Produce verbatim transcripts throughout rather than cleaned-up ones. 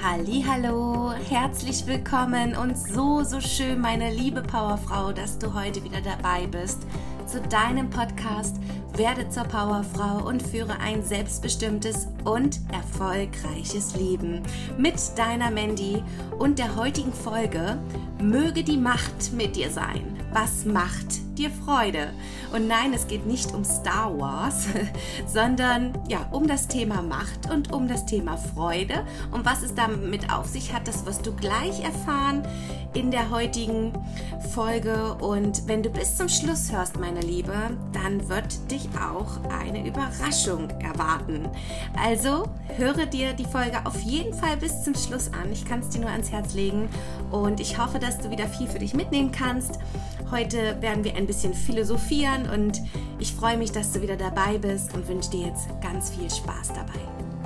Hallihallo, herzlich willkommen und so, so schön, meine liebe Powerfrau, dass du heute wieder dabei bist zu deinem Podcast Werde zur Powerfrau und führe ein selbstbestimmtes und erfolgreiches Leben mit deiner Mandy und der heutigen Folge Möge die Macht mit dir sein. Was macht dir Freude? Und nein, es geht nicht um Star Wars, sondern ja, um das Thema Macht und um das Thema Freude. Und was es damit auf sich hat, das wirst du gleich erfahren in der heutigen Folge. Und wenn du bis zum Schluss hörst, meine Liebe, dann wird dich auch eine Überraschung erwarten. Also höre dir die Folge auf jeden Fall bis zum Schluss an. Ich kann es dir nur ans Herz legen und ich hoffe, dass du wieder viel für dich mitnehmen kannst. Heute werden wir ein bisschen philosophieren und ich freue mich, dass du wieder dabei bist und wünsche dir jetzt ganz viel Spaß dabei.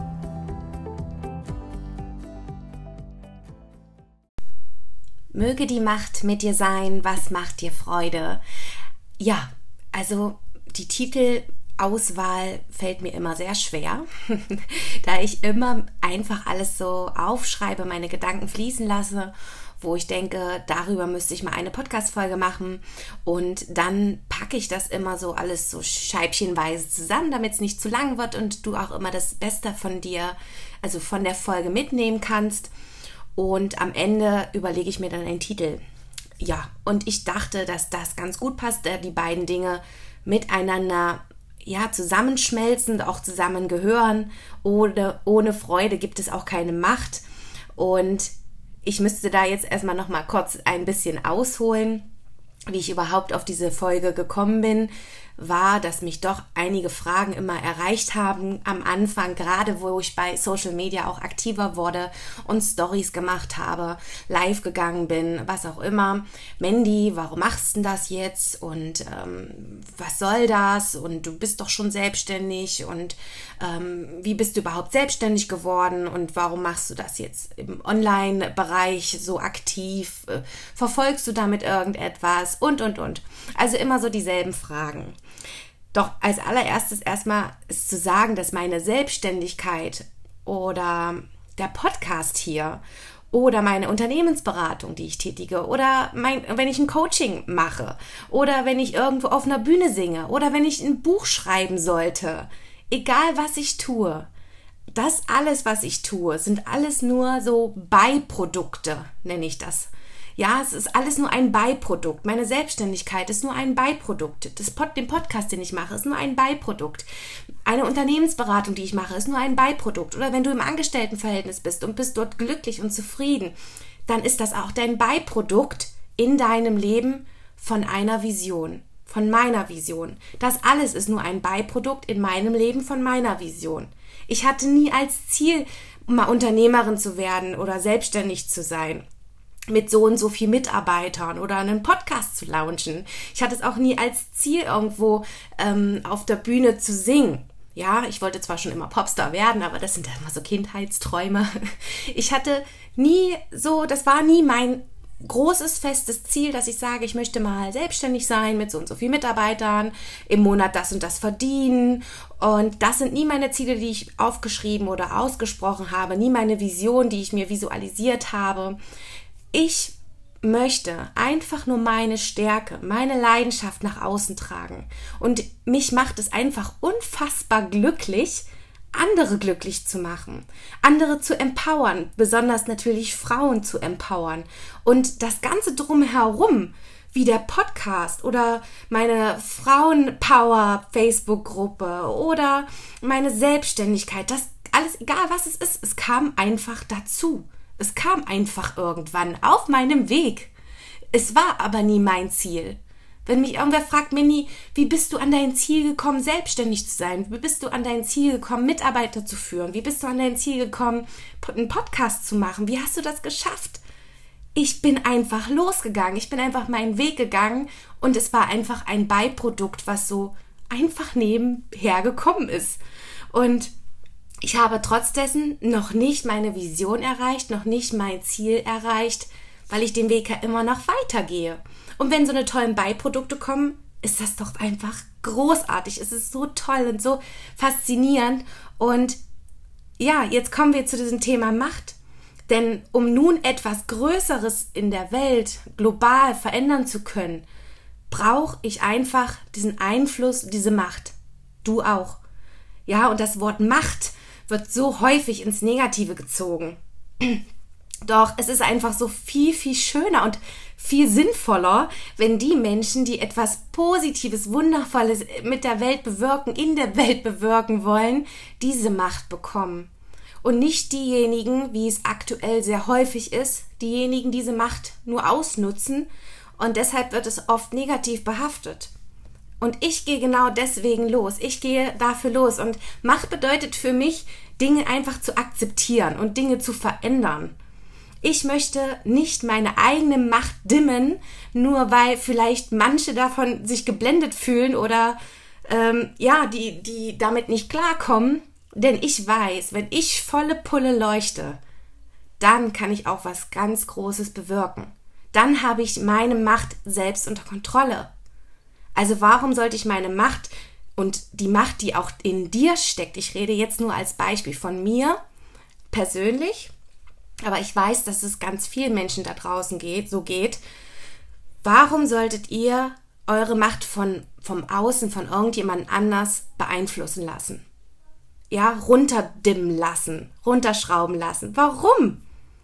Möge die Macht mit dir sein, was macht dir Freude? Ja, also die Titelauswahl fällt mir immer sehr schwer, da ich immer einfach alles so aufschreibe, meine Gedanken fließen lasse, wo ich denke, darüber müsste ich mal eine Podcast-Folge machen und dann packe ich das immer so alles so scheibchenweise zusammen, damit es nicht zu lang wird und du auch immer das Beste von dir, also von der Folge mitnehmen kannst und am Ende überlege ich mir dann einen Titel. Ja, und ich dachte, dass das ganz gut passt, da die beiden Dinge miteinander ja, zusammenschmelzen und auch zusammengehören. Ohne, ohne Freude gibt es auch keine Macht und ich müsste da jetzt erstmal noch mal kurz ein bisschen ausholen, wie ich überhaupt auf diese Folge gekommen bin, war, dass mich doch einige Fragen immer erreicht haben am Anfang, gerade wo ich bei Social Media auch aktiver wurde und Stories gemacht habe, live gegangen bin, was auch immer. Mandy, warum machst du das jetzt und ähm, was soll das und du bist doch schon selbstständig und ähm, wie bist du überhaupt selbstständig geworden und warum machst du das jetzt im Online-Bereich so aktiv? Äh, verfolgst du damit irgendetwas und, und, und. Also immer so dieselben Fragen. Doch als allererstes erstmal ist zu sagen, dass meine Selbstständigkeit oder der Podcast hier oder meine Unternehmensberatung, die ich tätige oder mein, wenn ich ein Coaching mache oder wenn ich irgendwo auf einer Bühne singe oder wenn ich ein Buch schreiben sollte, egal was ich tue, das alles, was ich tue, sind alles nur so Beiprodukte, nenne ich das. Ja, es ist alles nur ein Beiprodukt. Meine Selbstständigkeit ist nur ein Beiprodukt. Das Pod, den Podcast, den ich mache, ist nur ein Beiprodukt. Eine Unternehmensberatung, die ich mache, ist nur ein Beiprodukt. Oder wenn du im Angestelltenverhältnis bist und bist dort glücklich und zufrieden, dann ist das auch dein Beiprodukt in deinem Leben von einer Vision, von meiner Vision. Das alles ist nur ein Beiprodukt in meinem Leben von meiner Vision. Ich hatte nie als Ziel, mal Unternehmerin zu werden oder selbstständig zu sein, mit so und so viel Mitarbeitern oder einen Podcast zu launchen. Ich hatte es auch nie als Ziel, irgendwo ähm, auf der Bühne zu singen. Ja, ich wollte zwar schon immer Popstar werden, aber das sind ja immer so Kindheitsträume. Ich hatte nie so, das war nie mein großes, festes Ziel, dass ich sage, ich möchte mal selbstständig sein mit so und so viel Mitarbeitern, im Monat das und das verdienen. Und das sind nie meine Ziele, die ich aufgeschrieben oder ausgesprochen habe, nie meine Vision, die ich mir visualisiert habe. Ich möchte einfach nur meine Stärke, meine Leidenschaft nach außen tragen. Und mich macht es einfach unfassbar glücklich, andere glücklich zu machen, andere zu empowern, besonders natürlich Frauen zu empowern. Und das Ganze drumherum, wie der Podcast oder meine Frauenpower-Facebook-Gruppe oder meine Selbstständigkeit, das alles, egal was es ist, es kam einfach dazu. Es kam einfach irgendwann auf meinem Weg. Es war aber nie mein Ziel. Wenn mich irgendwer fragt, Mandy, wie bist du an dein Ziel gekommen, selbstständig zu sein? Wie bist du an dein Ziel gekommen, Mitarbeiter zu führen? Wie bist du an dein Ziel gekommen, einen Podcast zu machen? Wie hast du das geschafft? Ich bin einfach losgegangen. Ich bin einfach meinen Weg gegangen und es war einfach ein Beiprodukt, was so einfach nebenher gekommen ist. Und ich habe trotz dessen noch nicht meine Vision erreicht, noch nicht mein Ziel erreicht, weil ich den Weg ja immer noch weitergehe. Und wenn so eine tollen Beiprodukte kommen, ist das doch einfach großartig. Es ist so toll und so faszinierend. Und ja, jetzt kommen wir zu diesem Thema Macht. Denn um nun etwas Größeres in der Welt global verändern zu können, brauche ich einfach diesen Einfluss, diese Macht. Du auch. Ja, und das Wort Macht wird so häufig ins Negative gezogen. Doch es ist einfach so viel, viel schöner und viel sinnvoller, wenn die Menschen, die etwas Positives, Wundervolles mit der Welt bewirken, in der Welt bewirken wollen, diese Macht bekommen. Und nicht diejenigen, wie es aktuell sehr häufig ist, diejenigen diese Macht nur ausnutzen, und deshalb wird es oft negativ behaftet. Und ich gehe genau deswegen los. Ich gehe dafür los. Und Macht bedeutet für mich, Dinge einfach zu akzeptieren und Dinge zu verändern. Ich möchte nicht meine eigene Macht dimmen, nur weil vielleicht manche davon sich geblendet fühlen oder ähm, ja, die, die damit nicht klarkommen. Denn ich weiß, wenn ich volle Pulle leuchte, dann kann ich auch was ganz Großes bewirken. Dann habe ich meine Macht selbst unter Kontrolle. Also warum sollte ich meine Macht und die Macht, die auch in dir steckt, ich rede jetzt nur als Beispiel von mir persönlich, aber ich weiß, dass es ganz vielen Menschen da draußen geht, so geht. Warum solltet ihr eure Macht von, vom Außen, von irgendjemand anders beeinflussen lassen? Ja, runterdimmen lassen, runterschrauben lassen. Warum?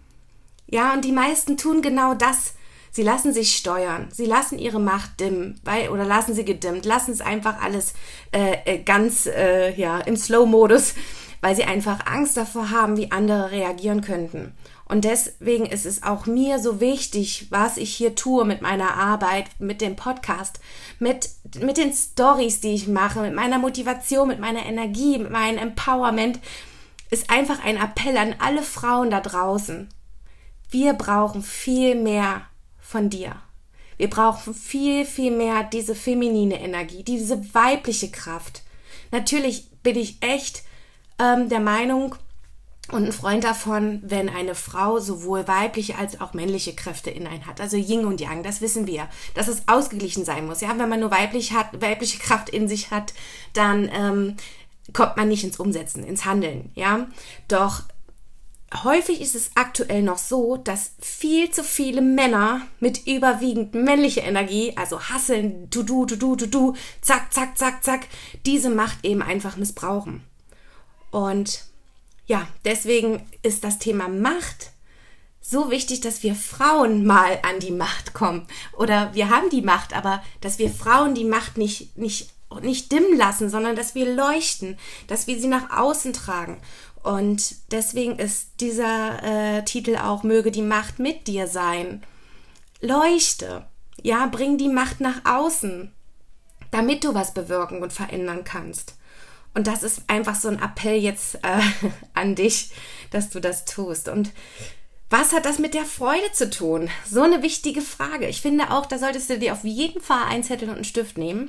Ja, und die meisten tun genau das. Sie lassen sich steuern, sie lassen ihre Macht dimmen, weil, oder lassen sie gedimmt, lassen es einfach alles äh, ganz äh, ja, im Slow-Modus, weil sie einfach Angst davor haben, wie andere reagieren könnten. Und deswegen ist es auch mir so wichtig, was ich hier tue mit meiner Arbeit, mit dem Podcast, mit, mit den Stories, die ich mache, mit meiner Motivation, mit meiner Energie, mit meinem Empowerment, ist einfach ein Appell an alle Frauen da draußen. Wir brauchen viel mehr von dir. Wir brauchen viel, viel mehr diese feminine Energie, diese weibliche Kraft. Natürlich bin ich echt ähm, der Meinung und ein Freund davon, wenn eine Frau sowohl weibliche als auch männliche Kräfte in ein hat. Also Yin und Yang, das wissen wir, dass es ausgeglichen sein muss. Ja, wenn man nur weiblich hat, weibliche Kraft in sich hat, dann ähm, kommt man nicht ins Umsetzen, ins Handeln. Ja, doch häufig ist es aktuell noch so, dass viel zu viele Männer mit überwiegend männlicher Energie, also hasseln, du, du, du, du, du, du, zack, zack, zack, zack, diese Macht eben einfach missbrauchen. Und ja, deswegen ist das Thema Macht so wichtig, dass wir Frauen mal an die Macht kommen. Oder wir haben die Macht, aber dass wir Frauen die Macht nicht, nicht, nicht dimmen lassen, sondern dass wir leuchten, dass wir sie nach außen tragen. Und deswegen ist dieser äh, Titel auch, möge die Macht mit dir sein. Leuchte, ja, bring die Macht nach außen, damit du was bewirken und verändern kannst. Und das ist einfach so ein Appell jetzt äh, an dich, dass du das tust. Und was hat das mit der Freude zu tun? So eine wichtige Frage. Ich finde auch, da solltest du dir auf jeden Fall einen Zettel und einen Stift nehmen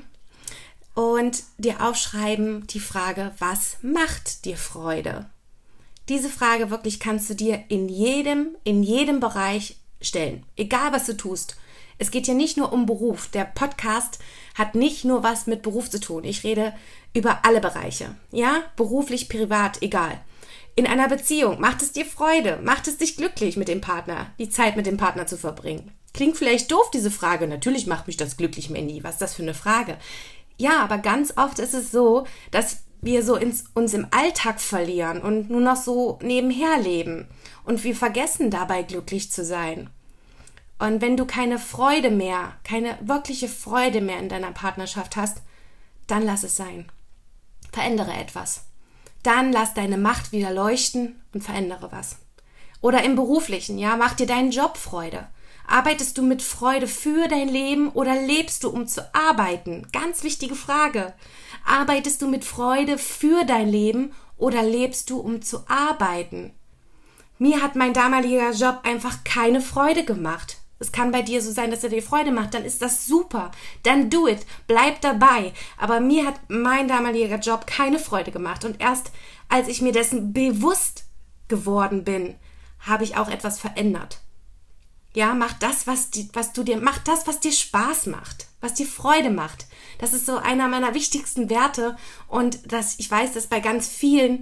und dir aufschreiben die Frage, was macht dir Freude? Diese Frage wirklich kannst du dir in jedem, in jedem Bereich stellen. Egal, was du tust. Es geht hier nicht nur um Beruf. Der Podcast hat nicht nur was mit Beruf zu tun. Ich rede über alle Bereiche. Ja, beruflich, privat, egal. In einer Beziehung, macht es dir Freude? Macht es dich glücklich, mit dem Partner, die Zeit mit dem Partner zu verbringen? Klingt vielleicht doof, diese Frage. Natürlich macht mich das glücklich, Mandy. Was ist das für eine Frage? Ja, aber ganz oft ist es so, dass wir so ins, uns im Alltag verlieren und nur noch so nebenher leben. Und wir vergessen dabei, glücklich zu sein. Und wenn du keine Freude mehr, keine wirkliche Freude mehr in deiner Partnerschaft hast, dann lass es sein. Verändere etwas. Dann lass deine Macht wieder leuchten und verändere was. Oder im Beruflichen, ja, mach dir deinen Job Freude. Arbeitest du mit Freude für dein Leben oder lebst du, um zu arbeiten? Ganz wichtige Frage. Arbeitest du mit Freude für dein Leben oder lebst du, um zu arbeiten? Mir hat mein damaliger Job einfach keine Freude gemacht. Es kann bei dir so sein, dass er dir Freude macht, dann ist das super. Dann do it, bleib dabei. Aber mir hat mein damaliger Job keine Freude gemacht. Und erst als ich mir dessen bewusst geworden bin, habe ich auch etwas verändert. Ja, mach das, was, die, was du dir, mach das, was dir Spaß macht, was dir Freude macht. Das ist so einer meiner wichtigsten Werte und das, ich weiß, dass bei ganz vielen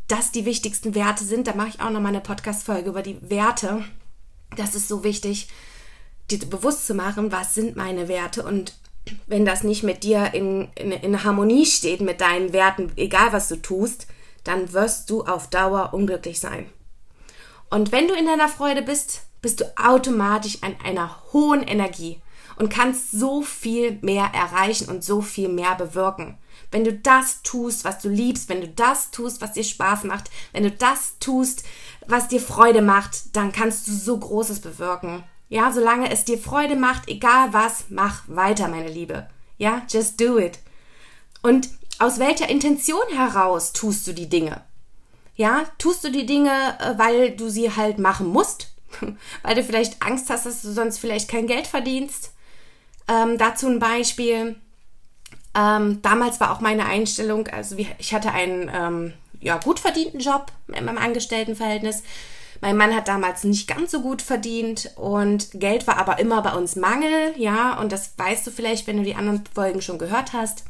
das die wichtigsten Werte sind. Da mache ich auch nochmal eine Podcast-Folge über die Werte. Das ist so wichtig, dir bewusst zu machen, was sind meine Werte. Und wenn das nicht mit dir in, in, in Harmonie steht, mit deinen Werten, egal was du tust, dann wirst du auf Dauer unglücklich sein. Und wenn du in deiner Freude bist, bist du automatisch an einer hohen Energie und kannst so viel mehr erreichen und so viel mehr bewirken. Wenn du das tust, was du liebst, wenn du das tust, was dir Spaß macht, wenn du das tust, was dir Freude macht, dann kannst du so Großes bewirken. Ja, solange es dir Freude macht, egal was, mach weiter, meine Liebe. Ja, just do it. Und aus welcher Intention heraus tust du die Dinge? Ja, tust du die Dinge, weil du sie halt machen musst? Weil du vielleicht Angst hast, dass du sonst vielleicht kein Geld verdienst? Ähm, dazu ein Beispiel. Ähm, damals war auch meine Einstellung, also ich hatte einen ähm, ja, gut verdienten Job in meinem Angestelltenverhältnis. Mein Mann hat damals nicht ganz so gut verdient und Geld war aber immer bei uns Mangel, ja, und das weißt du vielleicht, wenn du die anderen Folgen schon gehört hast.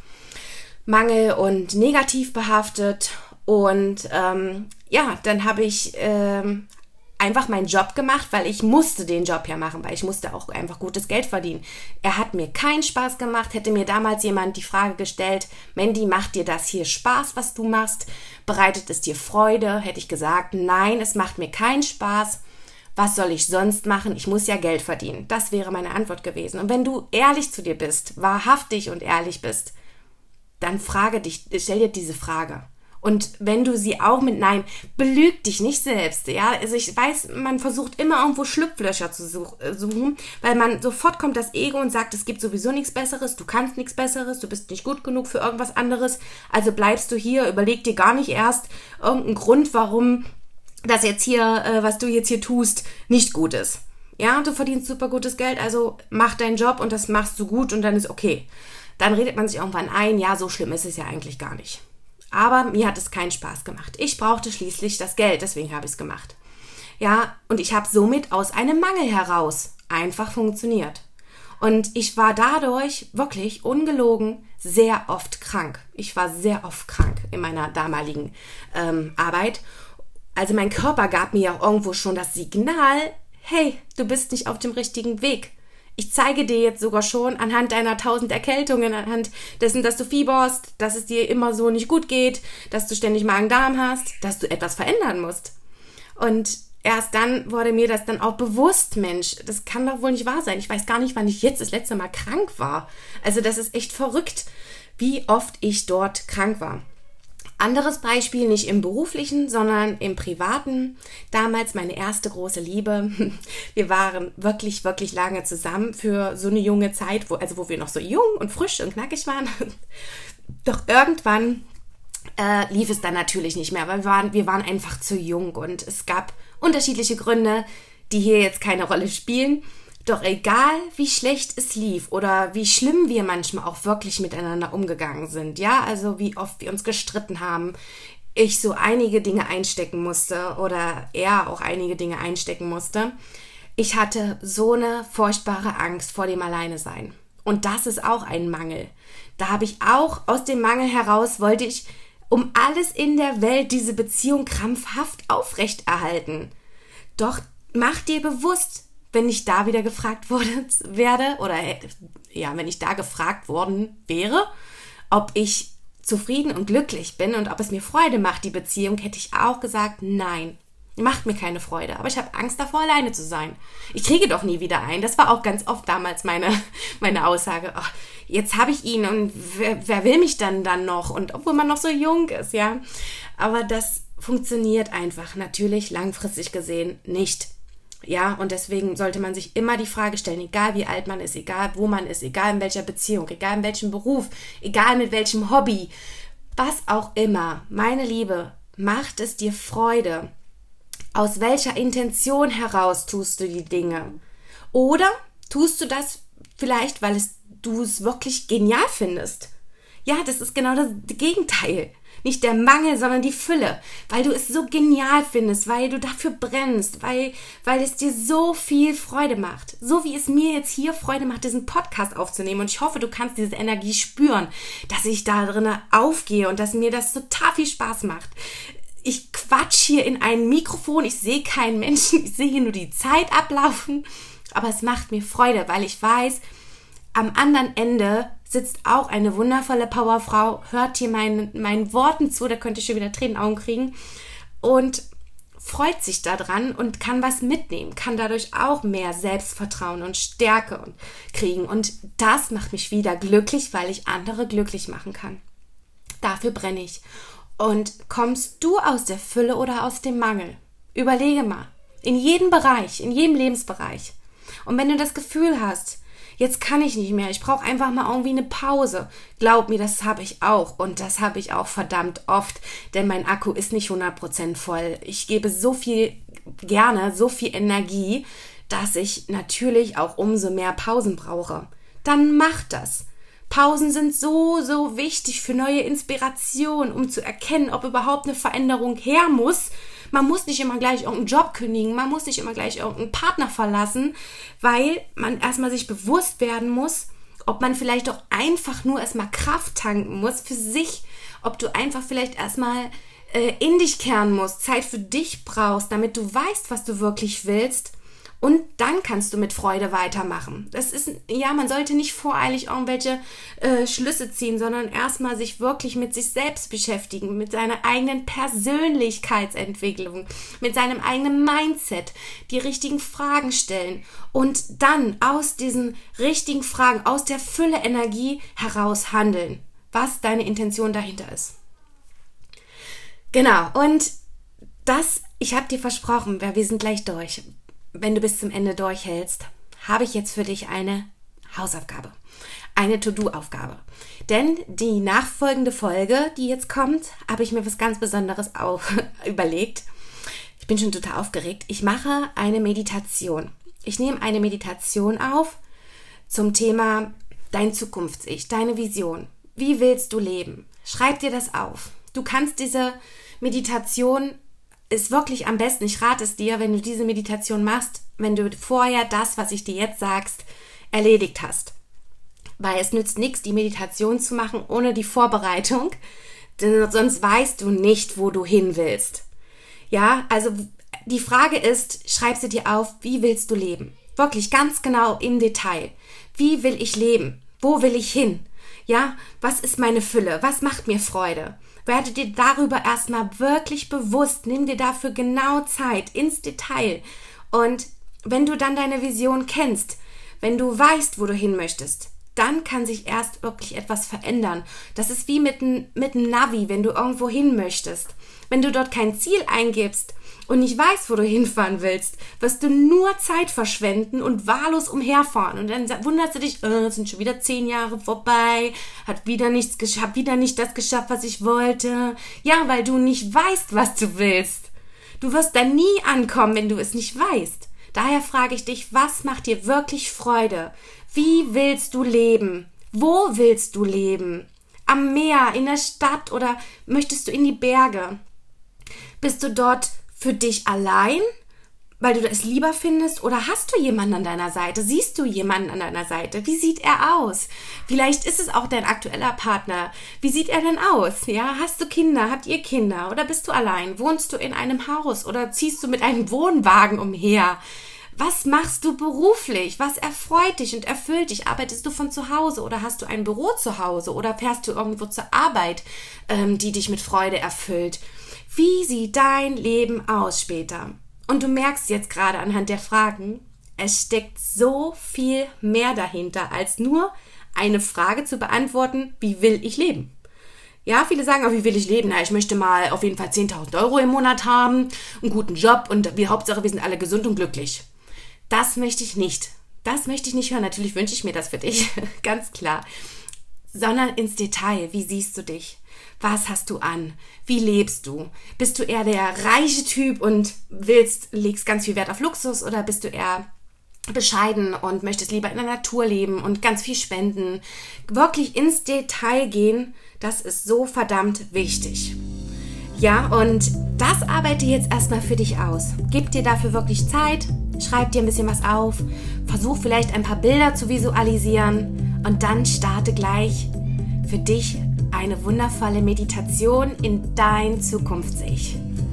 Mangel und negativ behaftet und ähm, ja, dann habe ich ähm, einfach meinen Job gemacht, weil ich musste den Job ja machen, weil ich musste auch einfach gutes Geld verdienen. Er hat mir keinen Spaß gemacht. Hätte mir damals jemand die Frage gestellt, Mandy, macht dir das hier Spaß, was du machst? Bereitet es dir Freude? Hätte ich gesagt, nein, es macht mir keinen Spaß. Was soll ich sonst machen? Ich muss ja Geld verdienen. Das wäre meine Antwort gewesen. Und wenn du ehrlich zu dir bist, wahrhaftig und ehrlich bist, dann frage dich, stell dir diese Frage. Und wenn du sie auch mit Nein, belüg dich nicht selbst, ja. Also ich weiß, man versucht immer irgendwo Schlupflöcher zu suchen, weil man sofort kommt das Ego und sagt, es gibt sowieso nichts Besseres, du kannst nichts Besseres, du bist nicht gut genug für irgendwas anderes, also bleibst du hier, überleg dir gar nicht erst irgendeinen Grund, warum das jetzt hier, äh, was du jetzt hier tust, nicht gut ist. Ja, du verdienst super gutes Geld, also mach deinen Job und das machst du gut und dann ist okay. Dann redet man sich irgendwann ein, ja, so schlimm ist es ja eigentlich gar nicht. Aber mir hat es keinen Spaß gemacht. Ich brauchte schließlich das Geld, deswegen habe ich es gemacht. Ja, und ich habe somit aus einem Mangel heraus einfach funktioniert. Und ich war dadurch wirklich ungelogen sehr oft krank. Ich war sehr oft krank in meiner damaligen ähm, Arbeit. Also mein Körper gab mir auch irgendwo schon das Signal, hey, du bist nicht auf dem richtigen Weg. Ich zeige dir jetzt sogar schon anhand deiner tausend Erkältungen, anhand dessen, dass du fieberst, dass es dir immer so nicht gut geht, dass du ständig Magen-Darm hast, dass du etwas verändern musst. Und erst dann wurde mir das dann auch bewusst, Mensch, das kann doch wohl nicht wahr sein. Ich weiß gar nicht, wann ich jetzt das letzte Mal krank war. Also das ist echt verrückt, wie oft ich dort krank war. Anderes Beispiel, nicht im beruflichen, sondern im privaten. Damals meine erste große Liebe. Wir waren wirklich, wirklich lange zusammen für so eine junge Zeit, wo, also wo wir noch so jung und frisch und knackig waren. Doch irgendwann äh, lief es dann natürlich nicht mehr, weil wir waren, wir waren einfach zu jung und es gab unterschiedliche Gründe, die hier jetzt keine Rolle spielen. Doch egal, wie schlecht es lief oder wie schlimm wir manchmal auch wirklich miteinander umgegangen sind, ja, also wie oft wir uns gestritten haben, ich so einige Dinge einstecken musste oder er auch einige Dinge einstecken musste, ich hatte so eine furchtbare Angst vor dem Alleinesein. Und das ist auch ein Mangel. Da habe ich auch aus dem Mangel heraus, wollte ich um alles in der Welt diese Beziehung krampfhaft aufrechterhalten. Doch mach dir bewusst, wenn ich da wieder gefragt wurde, werde oder ja, wenn ich da gefragt worden wäre, ob ich zufrieden und glücklich bin und ob es mir Freude macht, die Beziehung, hätte ich auch gesagt, nein, macht mir keine Freude. Aber ich habe Angst davor, alleine zu sein. Ich kriege doch nie wieder einen. Das war auch ganz oft damals meine, meine Aussage. Oh, jetzt habe ich ihn und wer, wer will mich dann dann noch? Und obwohl man noch so jung ist, ja. Aber das funktioniert einfach natürlich langfristig gesehen nicht. Ja, und deswegen sollte man sich immer die Frage stellen, egal wie alt man ist, egal wo man ist, egal in welcher Beziehung, egal in welchem Beruf, egal mit welchem Hobby, was auch immer, meine Liebe, macht es dir Freude? Aus welcher Intention heraus tust du die Dinge? Oder tust du das vielleicht, weil es, du es wirklich genial findest? Ja, das ist genau das Gegenteil. Nicht der Mangel, sondern die Fülle, weil du es so genial findest, weil du dafür brennst, weil, weil es dir so viel Freude macht. So wie es mir jetzt hier Freude macht, diesen Podcast aufzunehmen. Und ich hoffe, du kannst diese Energie spüren, dass ich da drin aufgehe und dass mir das total viel Spaß macht. ich quatsch hier in ein Mikrofon, ich sehe keinen Menschen, ich sehe hier nur die Zeit ablaufen, aber es macht mir Freude, weil ich weiß, am anderen Ende sitzt auch eine wundervolle Powerfrau, hört hier meinen, meinen Worten zu, da könnte ich schon wieder Tränen in den Augen kriegen und freut sich daran und kann was mitnehmen, kann dadurch auch mehr Selbstvertrauen und Stärke kriegen und das macht mich wieder glücklich, weil ich andere glücklich machen kann. Dafür brenne ich. Und kommst du aus der Fülle oder aus dem Mangel? Überlege mal. In jedem Bereich, in jedem Lebensbereich. Und wenn du das Gefühl hast, jetzt kann ich nicht mehr, ich brauche einfach mal irgendwie eine Pause. Glaub mir, das habe ich auch. Und das habe ich auch verdammt oft, denn mein Akku ist nicht hundert Prozent voll. Ich gebe so viel gerne, so viel Energie, dass ich natürlich auch umso mehr Pausen brauche. Dann mach das. Pausen sind so, so wichtig für neue Inspiration, um zu erkennen, ob überhaupt eine Veränderung her muss. Man muss nicht immer gleich irgendeinen Job kündigen, man muss nicht immer gleich irgendeinen Partner verlassen, weil man erstmal sich bewusst werden muss, ob man vielleicht auch einfach nur erstmal Kraft tanken muss für sich, ob du einfach vielleicht erstmal äh, in dich kehren musst, Zeit für dich brauchst, damit du weißt, was du wirklich willst. Und dann kannst du mit Freude weitermachen. Das ist, ja, man sollte nicht voreilig irgendwelche äh, Schlüsse ziehen, sondern erstmal sich wirklich mit sich selbst beschäftigen, mit seiner eigenen Persönlichkeitsentwicklung, mit seinem eigenen Mindset, die richtigen Fragen stellen und dann aus diesen richtigen Fragen, aus der Fülle Energie heraus handeln, was deine Intention dahinter ist. Genau, und das, ich habe dir versprochen, wir sind gleich durch. Wenn du bis zum Ende durchhältst, habe ich jetzt für dich eine Hausaufgabe, eine To-Do-Aufgabe. Denn die nachfolgende Folge, die jetzt kommt, habe ich mir was ganz Besonderes auch überlegt. Ich bin schon total aufgeregt. Ich mache eine Meditation. Ich nehme eine Meditation auf zum Thema dein Zukunfts-Ich, deine Vision. Wie willst du leben? Schreib dir das auf. Du kannst diese Meditation ist wirklich am besten, ich rate es dir, wenn du diese Meditation machst, wenn du vorher das, was ich dir jetzt sagst, erledigt hast. Weil es nützt nichts, die Meditation zu machen ohne die Vorbereitung, denn sonst weißt du nicht, wo du hin willst. Ja, also die Frage ist, schreib sie dir auf, wie willst du leben? Wirklich ganz genau im Detail. Wie will ich leben? Wo will ich hin? Ja, was ist meine Fülle? Was macht mir Freude? Werde dir darüber erstmal wirklich bewusst, nimm dir dafür genau Zeit, ins Detail. Und wenn du dann deine Vision kennst, wenn du weißt, wo du hin möchtest, dann kann sich erst wirklich etwas verändern. Das ist wie mit einem mit einem Navi, wenn du irgendwo hin möchtest. Wenn du dort kein Ziel eingibst und nicht weißt, wo du hinfahren willst, wirst du nur Zeit verschwenden und wahllos umherfahren. Und dann wunderst du dich, oh, es sind schon wieder zehn Jahre vorbei, hat wieder nichts geschafft, hab wieder nicht das geschafft, was ich wollte. Ja, weil du nicht weißt, was du willst. Du wirst da nie ankommen, wenn du es nicht weißt. Daher frage ich dich, was macht dir wirklich Freude? Wie willst du leben? Wo willst du leben? Am Meer, in der Stadt oder möchtest du in die Berge? Bist du dort für dich allein, weil du es lieber findest, oder hast du jemanden an deiner Seite? Siehst du jemanden an deiner Seite? Wie sieht er aus? Vielleicht ist es auch dein aktueller Partner. Wie sieht er denn aus? Ja, hast du Kinder? Habt ihr Kinder? Oder bist du allein? Wohnst du in einem Haus oder ziehst du mit einem Wohnwagen umher? Was machst du beruflich? Was erfreut dich und erfüllt dich? Arbeitest du von zu Hause oder hast du ein Büro zu Hause oder fährst du irgendwo zur Arbeit, ähm, die dich mit Freude erfüllt? Wie sieht dein Leben aus später? Und du merkst jetzt gerade anhand der Fragen, es steckt so viel mehr dahinter, als nur eine Frage zu beantworten, wie will ich leben? Ja, viele sagen, oh, wie will ich leben? Na, ich möchte mal auf jeden Fall zehntausend Euro im Monat haben, einen guten Job und die Hauptsache, wir sind alle gesund und glücklich. Das möchte ich nicht. Das möchte ich nicht hören. Natürlich wünsche ich mir das für dich, ganz klar. Sondern ins Detail. Wie siehst du dich? Was hast du an? Wie lebst du? Bist du eher der reiche Typ und willst, legst ganz viel Wert auf Luxus oder bist du eher bescheiden und möchtest lieber in der Natur leben und ganz viel spenden? Wirklich ins Detail gehen, das ist so verdammt wichtig. Ja, und das arbeite jetzt erstmal für dich aus. Gib dir dafür wirklich Zeit, schreib dir ein bisschen was auf, versuch vielleicht ein paar Bilder zu visualisieren und dann starte gleich für dich eine wundervolle Meditation in dein Zukunfts-Ich.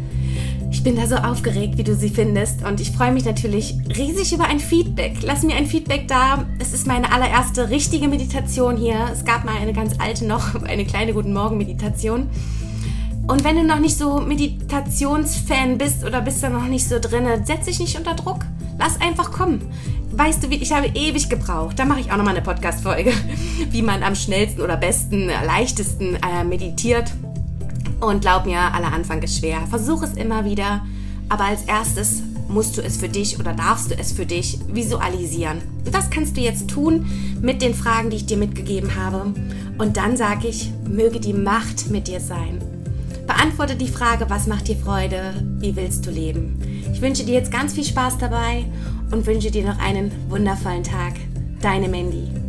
Ich bin da so aufgeregt, wie du sie findest, und ich freue mich natürlich riesig über ein Feedback. Lass mir ein Feedback da. Es ist meine allererste richtige Meditation hier. Es gab mal eine ganz alte noch, eine kleine Guten-Morgen-Meditation. Und wenn du noch nicht so Meditationsfan bist oder bist da noch nicht so drin, setz dich nicht unter Druck. Lass einfach kommen. Weißt du, wie ich habe ewig gebraucht. Da mache ich auch nochmal eine Podcast-Folge, wie man am schnellsten oder besten, leichtesten äh, meditiert. Und glaub mir, aller Anfang ist schwer. Versuch es immer wieder. Aber als erstes musst du es für dich oder darfst du es für dich visualisieren. Und das kannst du jetzt tun mit den Fragen, die ich dir mitgegeben habe. Und dann sage ich, möge die Macht mit dir sein. Beantworte die Frage, was macht dir Freude? Wie willst du leben? Ich wünsche dir jetzt ganz viel Spaß dabei und wünsche dir noch einen wundervollen Tag. Deine Mandy.